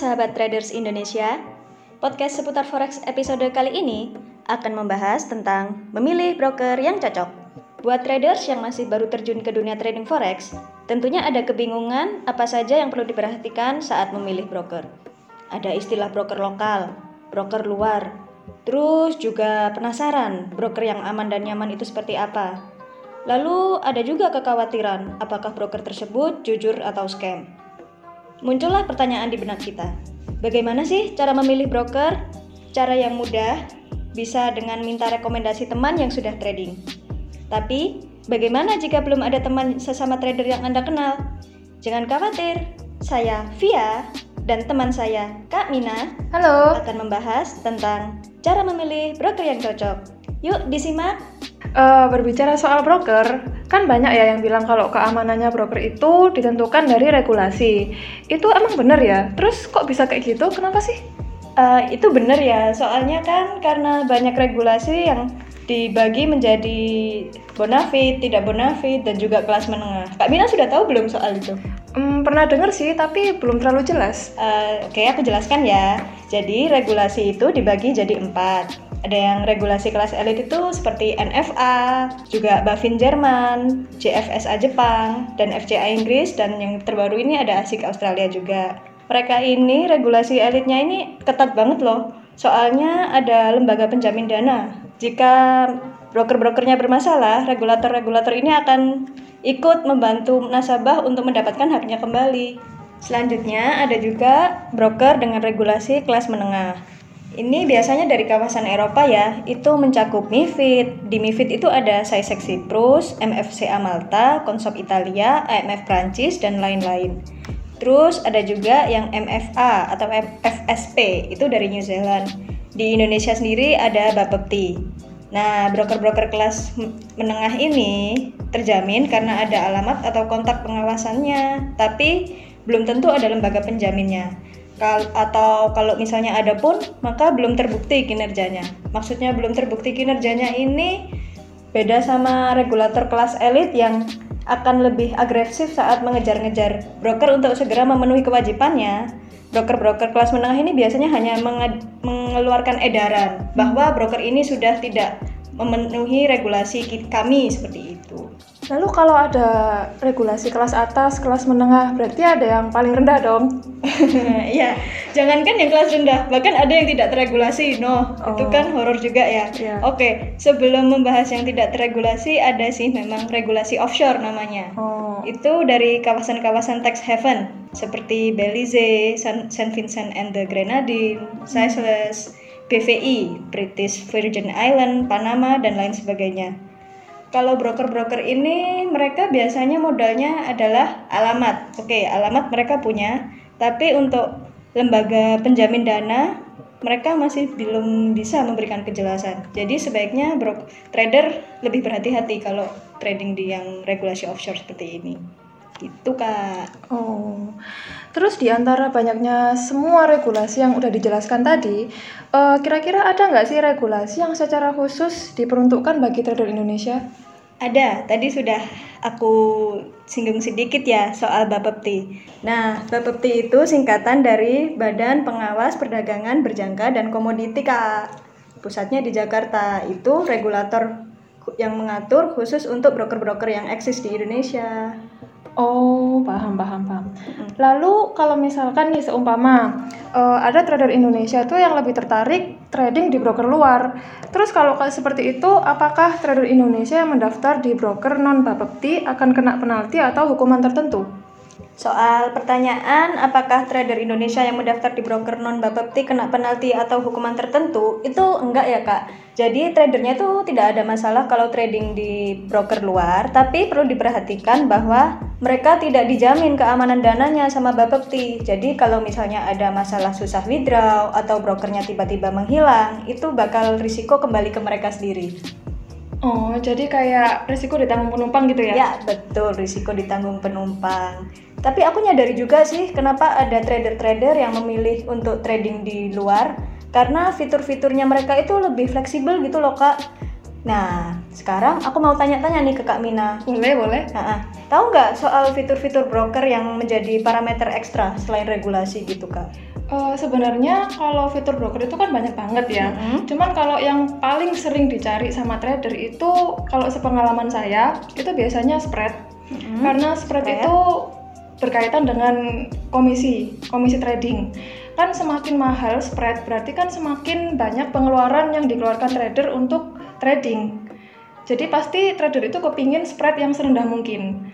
sahabat traders Indonesia. Podcast seputar forex episode kali ini akan membahas tentang memilih broker yang cocok. Buat traders yang masih baru terjun ke dunia trading forex, tentunya ada kebingungan apa saja yang perlu diperhatikan saat memilih broker. Ada istilah broker lokal, broker luar, terus juga penasaran broker yang aman dan nyaman itu seperti apa. Lalu ada juga kekhawatiran apakah broker tersebut jujur atau scam. Muncullah pertanyaan di benak kita. Bagaimana sih cara memilih broker? Cara yang mudah, bisa dengan minta rekomendasi teman yang sudah trading. Tapi, bagaimana jika belum ada teman sesama trader yang Anda kenal? Jangan khawatir, saya Via dan teman saya Kak Mina Halo. akan membahas tentang cara memilih broker yang cocok. Yuk disimak. Berbicara soal broker, kan banyak ya yang bilang kalau keamanannya broker itu ditentukan dari regulasi. Itu emang benar ya? Terus kok bisa kayak gitu? Kenapa sih? Itu benar ya, soalnya kan karena banyak regulasi yang dibagi menjadi bonafit, tidak bonafit, dan juga kelas menengah. Kak Mina sudah tahu belum soal itu? Pernah dengar sih, tapi belum terlalu jelas. Oke, aku jelaskan ya. Jadi regulasi itu dibagi jadi 4. Ada yang regulasi kelas elit itu seperti NFA, juga BaFin Jerman, JFSA Jepang, dan FCA Inggris, dan yang terbaru ini ada ASIC Australia juga. Mereka ini, regulasi elitnya ini ketat banget loh, soalnya ada lembaga penjamin dana. Jika broker-brokernya bermasalah, regulator-regulator ini akan ikut membantu nasabah untuk mendapatkan haknya kembali. Selanjutnya ada juga broker dengan regulasi kelas menengah. Ini biasanya dari kawasan Eropa ya, itu mencakup MiFID. Di MiFID itu ada SISEC Cyprus, MFCA Malta, Consop Italia, AMF Prancis, dan lain-lain. Terus ada juga yang MFA atau FSP, itu dari New Zealand. Di Indonesia sendiri ada Bapepti. Nah, broker-broker kelas menengah ini terjamin karena ada alamat atau kontak pengawasannya, tapi belum tentu ada lembaga penjaminnya. Atau kalau misalnya ada pun, maka belum terbukti kinerjanya. Maksudnya belum terbukti kinerjanya ini beda sama regulator kelas elit yang akan lebih agresif saat mengejar-ngejar broker untuk segera memenuhi kewajibannya. Broker-broker kelas menengah ini biasanya hanya mengeluarkan edaran bahwa broker ini sudah tidak memenuhi regulasi kami seperti itu. Lalu kalau ada regulasi kelas atas, kelas menengah, berarti ada yang paling rendah dong? Iya, jangankan yang kelas rendah, bahkan ada yang tidak terregulasi. Itu kan horor juga ya. Yeah. Oke, sebelum membahas yang tidak terregulasi, ada sih memang regulasi offshore namanya. Itu dari kawasan-kawasan tax haven seperti Belize, Saint Vincent and the Grenadines, Seychelles, BVI, British Virgin Island, Panama, dan lain sebagainya. Kalau broker-broker ini mereka biasanya modalnya adalah alamat. Oke, alamat mereka punya, tapi untuk lembaga penjamin dana mereka masih belum bisa memberikan kejelasan. Jadi sebaiknya trader lebih berhati-hati kalau trading di yang regulasi offshore seperti ini. Itu Kak. Terus di antara banyaknya semua regulasi yang udah dijelaskan tadi, kira-kira ada nggak sih regulasi yang secara khusus diperuntukkan bagi trader Indonesia? Ada, tadi sudah aku singgung sedikit ya soal Bapepti. Nah, Bapepti itu singkatan dari Badan Pengawas Perdagangan Berjangka dan Komoditi Kak. Pusatnya di Jakarta, itu regulator yang mengatur khusus untuk broker-broker yang eksis di Indonesia. Paham. Lalu kalau misalkan nih seumpama ada trader Indonesia tuh yang lebih tertarik trading di broker luar. Terus kalau seperti itu, apakah trader Indonesia yang mendaftar di broker non Bapepti akan kena penalti atau hukuman tertentu? Soal pertanyaan apakah trader Indonesia yang mendaftar di broker non Bapepti kena penalti atau hukuman tertentu, itu enggak ya Kak. Jadi tradernya itu tidak ada masalah kalau trading di broker luar, tapi perlu diperhatikan bahwa mereka tidak dijamin keamanan dananya sama Bapepti. Jadi kalau misalnya ada masalah susah withdraw atau brokernya tiba-tiba menghilang, itu bakal risiko kembali ke mereka sendiri. Jadi kayak risiko ditanggung penumpang gitu ya? Ya, betul, risiko ditanggung penumpang. Tapi aku nyadari juga sih kenapa ada trader-trader yang memilih untuk trading di luar, karena fitur-fiturnya mereka itu lebih fleksibel gitu loh Kak. Nah, sekarang aku mau tanya-tanya nih ke Kak Mina. Boleh. Tahu nggak soal fitur-fitur broker yang menjadi parameter ekstra selain regulasi gitu Kak? Sebenarnya kalau fitur broker itu kan banyak banget ya. Cuman kalau yang paling sering dicari sama trader itu, kalau sepengalaman saya, itu biasanya spread. Karena spread itu berkaitan dengan komisi trading. Kan semakin mahal spread, berarti kan semakin banyak pengeluaran yang dikeluarkan trader untuk trading. Jadi pasti trader itu kepingin spread yang serendah mungkin.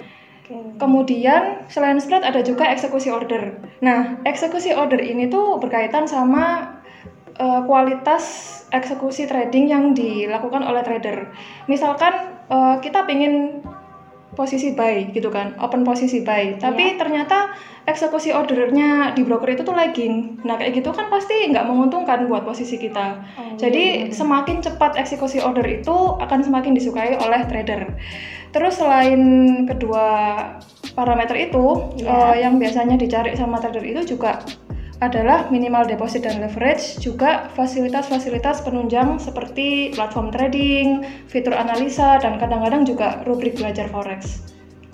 Kemudian selain spread ada juga eksekusi order. Nah, eksekusi order ini tuh berkaitan sama kualitas eksekusi trading yang dilakukan oleh trader. Misalkan kita pingin posisi buy gitu kan, open posisi buy, tapi ternyata eksekusi ordernya di broker itu tuh lagging. Nah kayak gitu kan pasti nggak menguntungkan buat posisi kita. Jadi semakin cepat eksekusi order itu akan semakin disukai oleh trader. Terus selain kedua parameter itu, yang biasanya dicari sama trader itu juga adalah minimal deposit dan leverage, juga fasilitas-fasilitas penunjang seperti platform trading, fitur analisa, dan kadang-kadang juga rubrik belajar forex.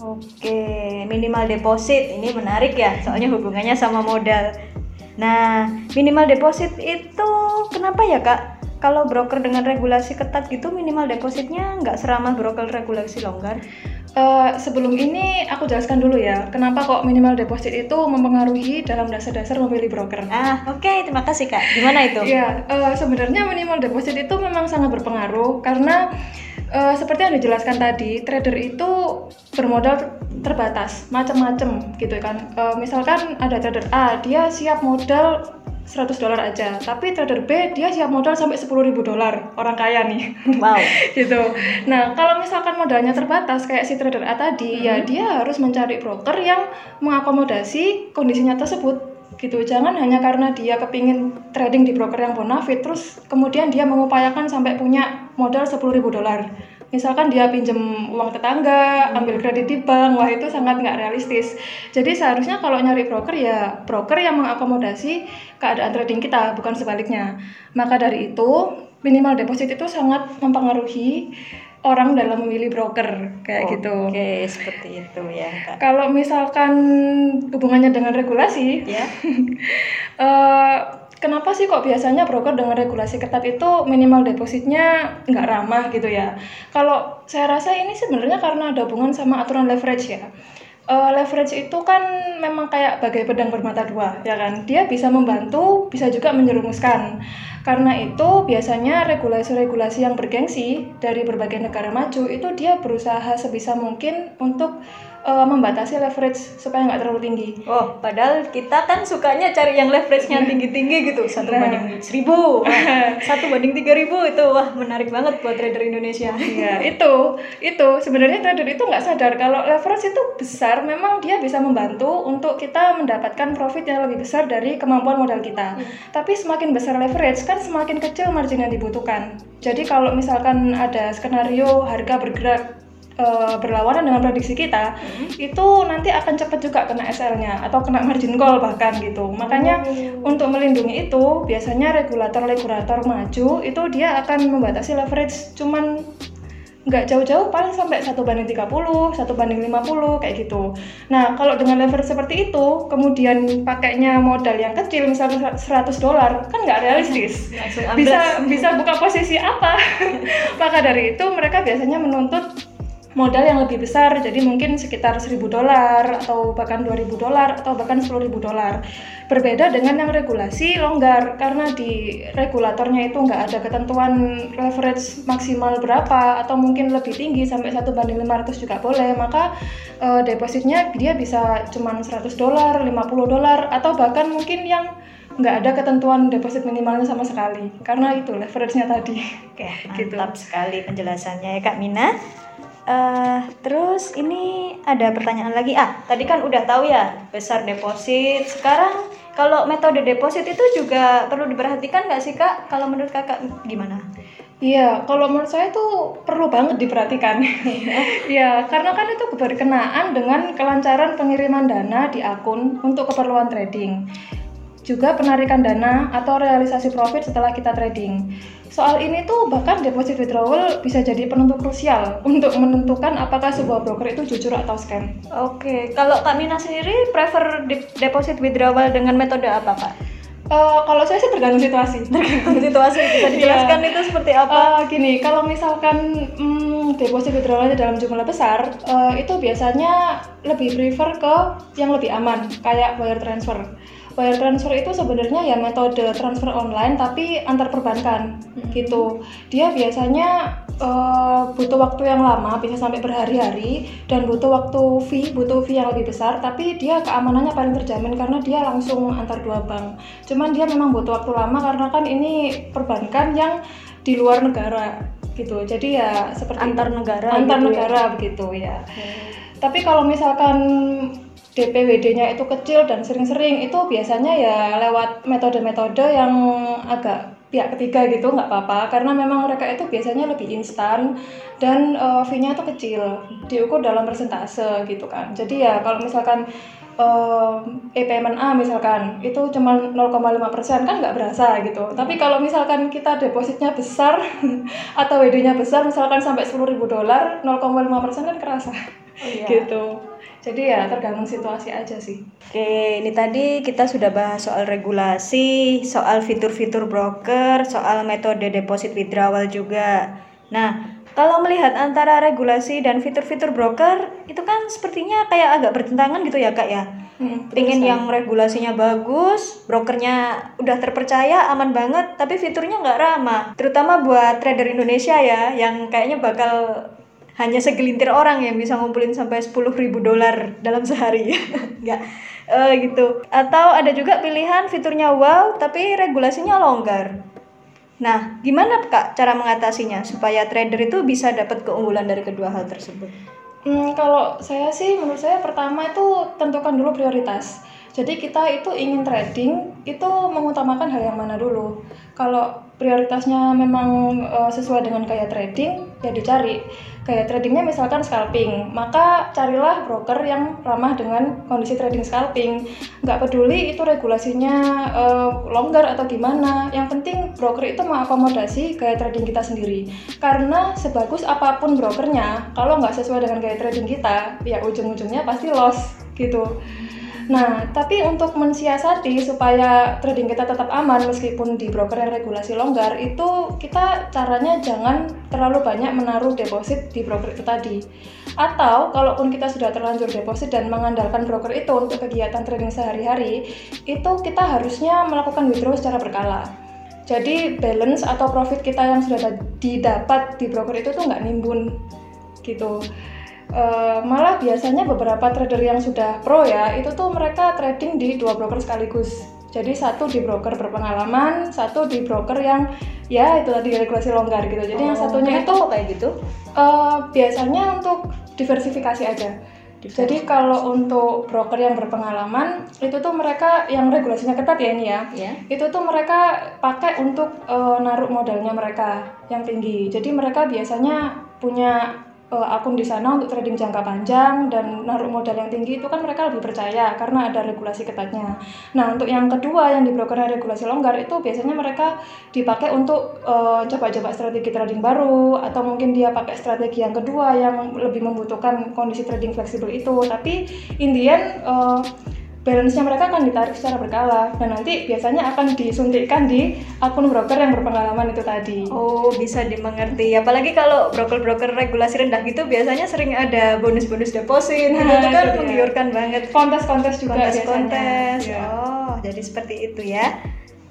Oke, minimal deposit ini menarik ya, soalnya hubungannya sama modal. Nah, minimal deposit itu kenapa ya Kak? Kalau broker dengan regulasi ketat gitu minimal depositnya nggak seramah broker regulasi longgar? Sebelum ini aku jelaskan dulu ya, kenapa kok minimal deposit itu mempengaruhi dalam dasar-dasar memilih broker. Oke, terima kasih Kak. Gimana itu? Ya, sebenarnya minimal deposit itu memang sangat berpengaruh karena seperti yang dijelaskan tadi, trader itu bermodal terbatas, macam-macam gitu kan. Misalkan ada trader A, dia siap modal $100 aja, tapi trader B dia siap modal sampai $10.000, orang kaya nih. Wow. Gitu. Nah, kalau misalkan modalnya terbatas kayak si trader A tadi, ya dia harus mencari broker yang mengakomodasi kondisinya tersebut. Gitu. Jangan hanya karena dia kepingin trading di broker yang bonafit, terus kemudian dia mengupayakan sampai punya modal $10.000. Misalkan dia pinjam uang tetangga, ambil kredit di bank, wah itu sangat nggak realistis. Jadi seharusnya kalau nyari broker ya broker yang mengakomodasi keadaan trading kita, bukan sebaliknya. Maka dari itu minimal deposit itu sangat mempengaruhi orang dalam memilih broker kayak gitu. Oke, seperti itu ya Kak. Kalau misalkan hubungannya dengan regulasi, ya. Kenapa sih kok biasanya broker dengan regulasi ketat itu minimal depositnya nggak ramah gitu ya? Kalau saya rasa ini sebenarnya karena ada hubungan sama aturan leverage ya. Leverage itu kan memang kayak bagai pedang bermata dua, ya kan? Dia bisa membantu, bisa juga menjerumuskan. Karena itu biasanya regulasi-regulasi yang bergengsi dari berbagai negara maju itu dia berusaha sebisa mungkin untuk membatasi leverage supaya nggak terlalu tinggi. Oh, padahal kita kan sukanya cari yang leverage-nya tinggi-tinggi gitu, 1/1000, 1/3000 itu wah menarik banget buat trader Indonesia. Ya itu sebenarnya trader itu nggak sadar kalau leverage itu besar, memang dia bisa membantu untuk kita mendapatkan profit yang lebih besar dari kemampuan modal kita. Tapi semakin besar leverage kan semakin kecil margin yang dibutuhkan. Jadi kalau misalkan ada skenario harga bergerak berlawanan dengan prediksi kita, itu nanti akan cepat juga kena SL-nya atau kena margin call bahkan gitu. Makanya untuk melindungi itu biasanya regulator maju itu dia akan membatasi leverage cuman nggak jauh-jauh, paling sampai 1/30, 1/50 kayak gitu. Nah kalau dengan leverage seperti itu kemudian pakainya modal yang kecil misalnya $100 kan nggak realistis. bisa buka posisi apa. Maka dari itu mereka biasanya menuntut modal yang lebih besar, jadi mungkin sekitar $1.000 atau bahkan $2.000 atau bahkan $10.000. Berbeda dengan yang regulasi longgar, karena di regulatornya itu nggak ada ketentuan leverage maksimal berapa atau mungkin lebih tinggi sampai 1/500 juga boleh, maka depositnya dia bisa cuman $100, $50 atau bahkan mungkin yang nggak ada ketentuan deposit minimalnya sama sekali, karena itu leverage-nya tadi. Oke, mantap sekali penjelasannya ya Kak Mina. Terus ini ada pertanyaan lagi. Tadi kan udah tahu ya besar deposit. Sekarang kalau metode deposit itu juga perlu diperhatikan nggak sih Kak? Kalau menurut Kakak gimana? Iya, kalau menurut saya itu perlu banget diperhatikan. Ya, karena kan itu berkenaan dengan kelancaran pengiriman dana di akun untuk keperluan trading. Juga penarikan dana atau realisasi profit setelah kita trading. Soal ini tuh bahkan deposit withdrawal bisa jadi penentu krusial untuk menentukan apakah sebuah broker itu jujur atau scam. Oke, kalau Kak Mina sendiri prefer deposit withdrawal dengan metode apa Kak? Kalau saya sih tergantung situasi. Tergantung situasi, bisa dijelaskan itu seperti apa? Gini, kalau misalkan deposit withdrawalnya dalam jumlah besar, itu biasanya lebih prefer ke yang lebih aman, kayak wire transfer. Wire transfer itu sebenarnya ya metode transfer online tapi antar perbankan gitu. Dia biasanya butuh waktu yang lama, bisa sampai berhari-hari, dan butuh fee yang lebih besar, tapi dia keamanannya paling terjamin karena dia langsung antar dua bank. Cuman dia memang butuh waktu lama karena kan ini perbankan yang di luar negara gitu. Jadi ya seperti Antar negara begitu ya. Tapi kalau misalkan DPWD-nya itu kecil dan sering-sering, itu biasanya ya lewat metode-metode yang agak pihak ketiga gitu, nggak apa-apa, karena memang mereka itu biasanya lebih instan dan fee-nya itu kecil, diukur dalam persentase gitu kan. Jadi ya kalau misalkan e-payment A misalkan itu cuma 0,5% kan nggak berasa gitu. Tapi kalau misalkan kita depositnya besar atau WD-nya besar, misalkan sampai $10.000, 0,5% kan kerasa. Gitu. Jadi ya tergantung situasi aja sih. Oke, ini tadi kita sudah bahas soal regulasi, soal fitur-fitur broker, soal metode deposit withdrawal juga. Nah, kalau melihat antara regulasi dan fitur-fitur broker, itu kan sepertinya kayak agak bertentangan gitu ya Kak ya. Pengen yang regulasinya bagus, brokernya udah terpercaya, aman banget, tapi fiturnya nggak ramah. Terutama buat trader Indonesia ya, yang kayaknya bakal hanya segelintir orang yang bisa ngumpulin sampai $10.000 dalam sehari. Nggak gitu. Atau ada juga pilihan fiturnya wow, tapi regulasinya longgar. Nah, gimana Kak cara mengatasinya supaya trader itu bisa dapat keunggulan dari kedua hal tersebut? Kalau saya sih, menurut saya pertama itu tentukan dulu prioritas. Jadi kita itu ingin trading, itu mengutamakan hal yang mana dulu. Kalau prioritasnya memang sesuai dengan gaya trading, ya dicari. Gaya tradingnya misalkan scalping, maka carilah broker yang ramah dengan kondisi trading scalping. Nggak peduli itu regulasinya longgar atau gimana, yang penting broker itu mengakomodasi gaya trading kita sendiri. Karena sebagus apapun brokernya, kalau nggak sesuai dengan gaya trading kita, ya ujung-ujungnya pasti loss gitu. Nah, tapi untuk mensiasati supaya trading kita tetap aman meskipun di broker yang regulasi longgar, itu kita caranya jangan terlalu banyak menaruh deposit di broker itu tadi. Atau kalaupun kita sudah terlanjur deposit dan mengandalkan broker itu untuk kegiatan trading sehari-hari, itu kita harusnya melakukan withdraw secara berkala. Jadi balance atau profit kita yang sudah didapat di broker itu tuh nggak nimbun gitu. Malah biasanya beberapa trader yang sudah pro ya, itu tuh mereka trading di 2 broker sekaligus. Jadi satu di broker berpengalaman, satu di broker yang ya itu tadi regulasi longgar gitu. Jadi yang satunya itu kayak gitu? Biasanya untuk diversifikasi aja. Jadi kalau untuk broker yang berpengalaman, itu tuh mereka yang regulasinya ketat ya ini ya. Itu tuh mereka pakai untuk naruh modalnya mereka yang tinggi. Jadi mereka biasanya punya akun di sana untuk trading jangka panjang dan naruh modal yang tinggi, itu kan mereka lebih percaya karena ada regulasi ketatnya. Nah, untuk yang kedua yang di broker regulasi longgar itu biasanya mereka dipakai untuk coba-coba strategi trading baru, atau mungkin dia pakai strategi yang kedua yang lebih membutuhkan kondisi trading fleksibel itu. Tapi in the end balance-nya mereka akan ditarik secara berkala dan nanti biasanya akan disuntikkan di akun broker yang berpengalaman itu tadi. Oh, bisa dimengerti. Apalagi kalau broker-broker regulasi rendah gitu biasanya sering ada bonus-bonus deposit. Itu kan menggiurkan banget. Kontes-kontes juga kontes. Oh, jadi seperti itu ya.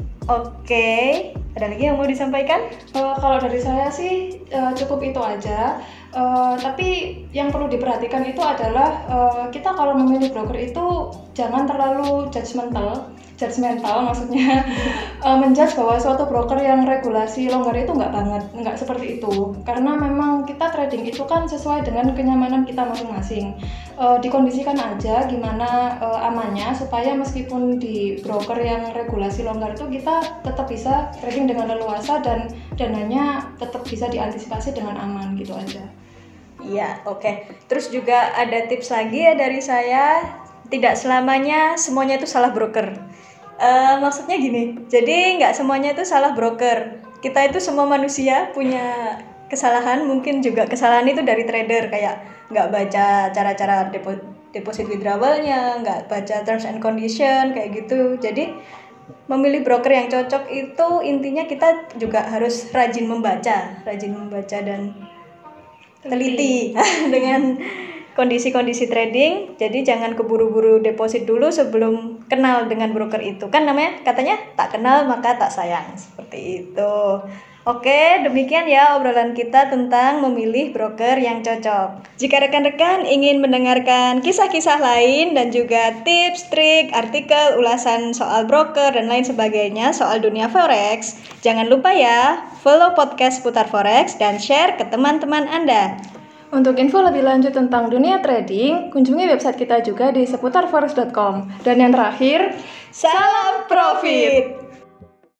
Oke, ada lagi yang mau disampaikan? Kalau dari saya sih cukup itu aja. Tapi yang perlu diperhatikan itu adalah kita kalau memilih broker itu jangan terlalu judgmental maksudnya menjudge bahwa suatu broker yang regulasi longgar itu nggak seperti itu, karena memang kita trading itu kan sesuai dengan kenyamanan kita masing-masing. Dikondisikan aja gimana amannya supaya meskipun di broker yang regulasi longgar itu kita tetap bisa trading dengan leluasa dan dananya tetap bisa diantisipasi dengan aman gitu aja. Iya, oke. Terus juga ada tips lagi ya dari saya, tidak selamanya semuanya itu salah broker. Maksudnya gini, jadi nggak semuanya itu salah broker. Kita itu semua manusia punya kesalahan, mungkin juga kesalahan itu dari trader, kayak nggak baca cara-cara deposit withdrawalnya, nggak baca terms and condition kayak gitu. Jadi memilih broker yang cocok itu intinya kita juga harus rajin membaca dan teliti dengan kondisi-kondisi trading. Jadi jangan keburu-buru deposit dulu sebelum kenal dengan broker itu. Kan namanya katanya tak kenal maka tak sayang. Seperti itu. Oke, demikian ya obrolan kita tentang memilih broker yang cocok. Jika rekan-rekan ingin mendengarkan kisah-kisah lain dan juga tips, trik, artikel, ulasan soal broker dan lain sebagainya soal dunia forex, jangan lupa ya follow podcast Seputar Forex dan share ke teman-teman Anda. Untuk info lebih lanjut tentang dunia trading, kunjungi website kita juga di seputarforex.com. Dan yang terakhir, salam profit!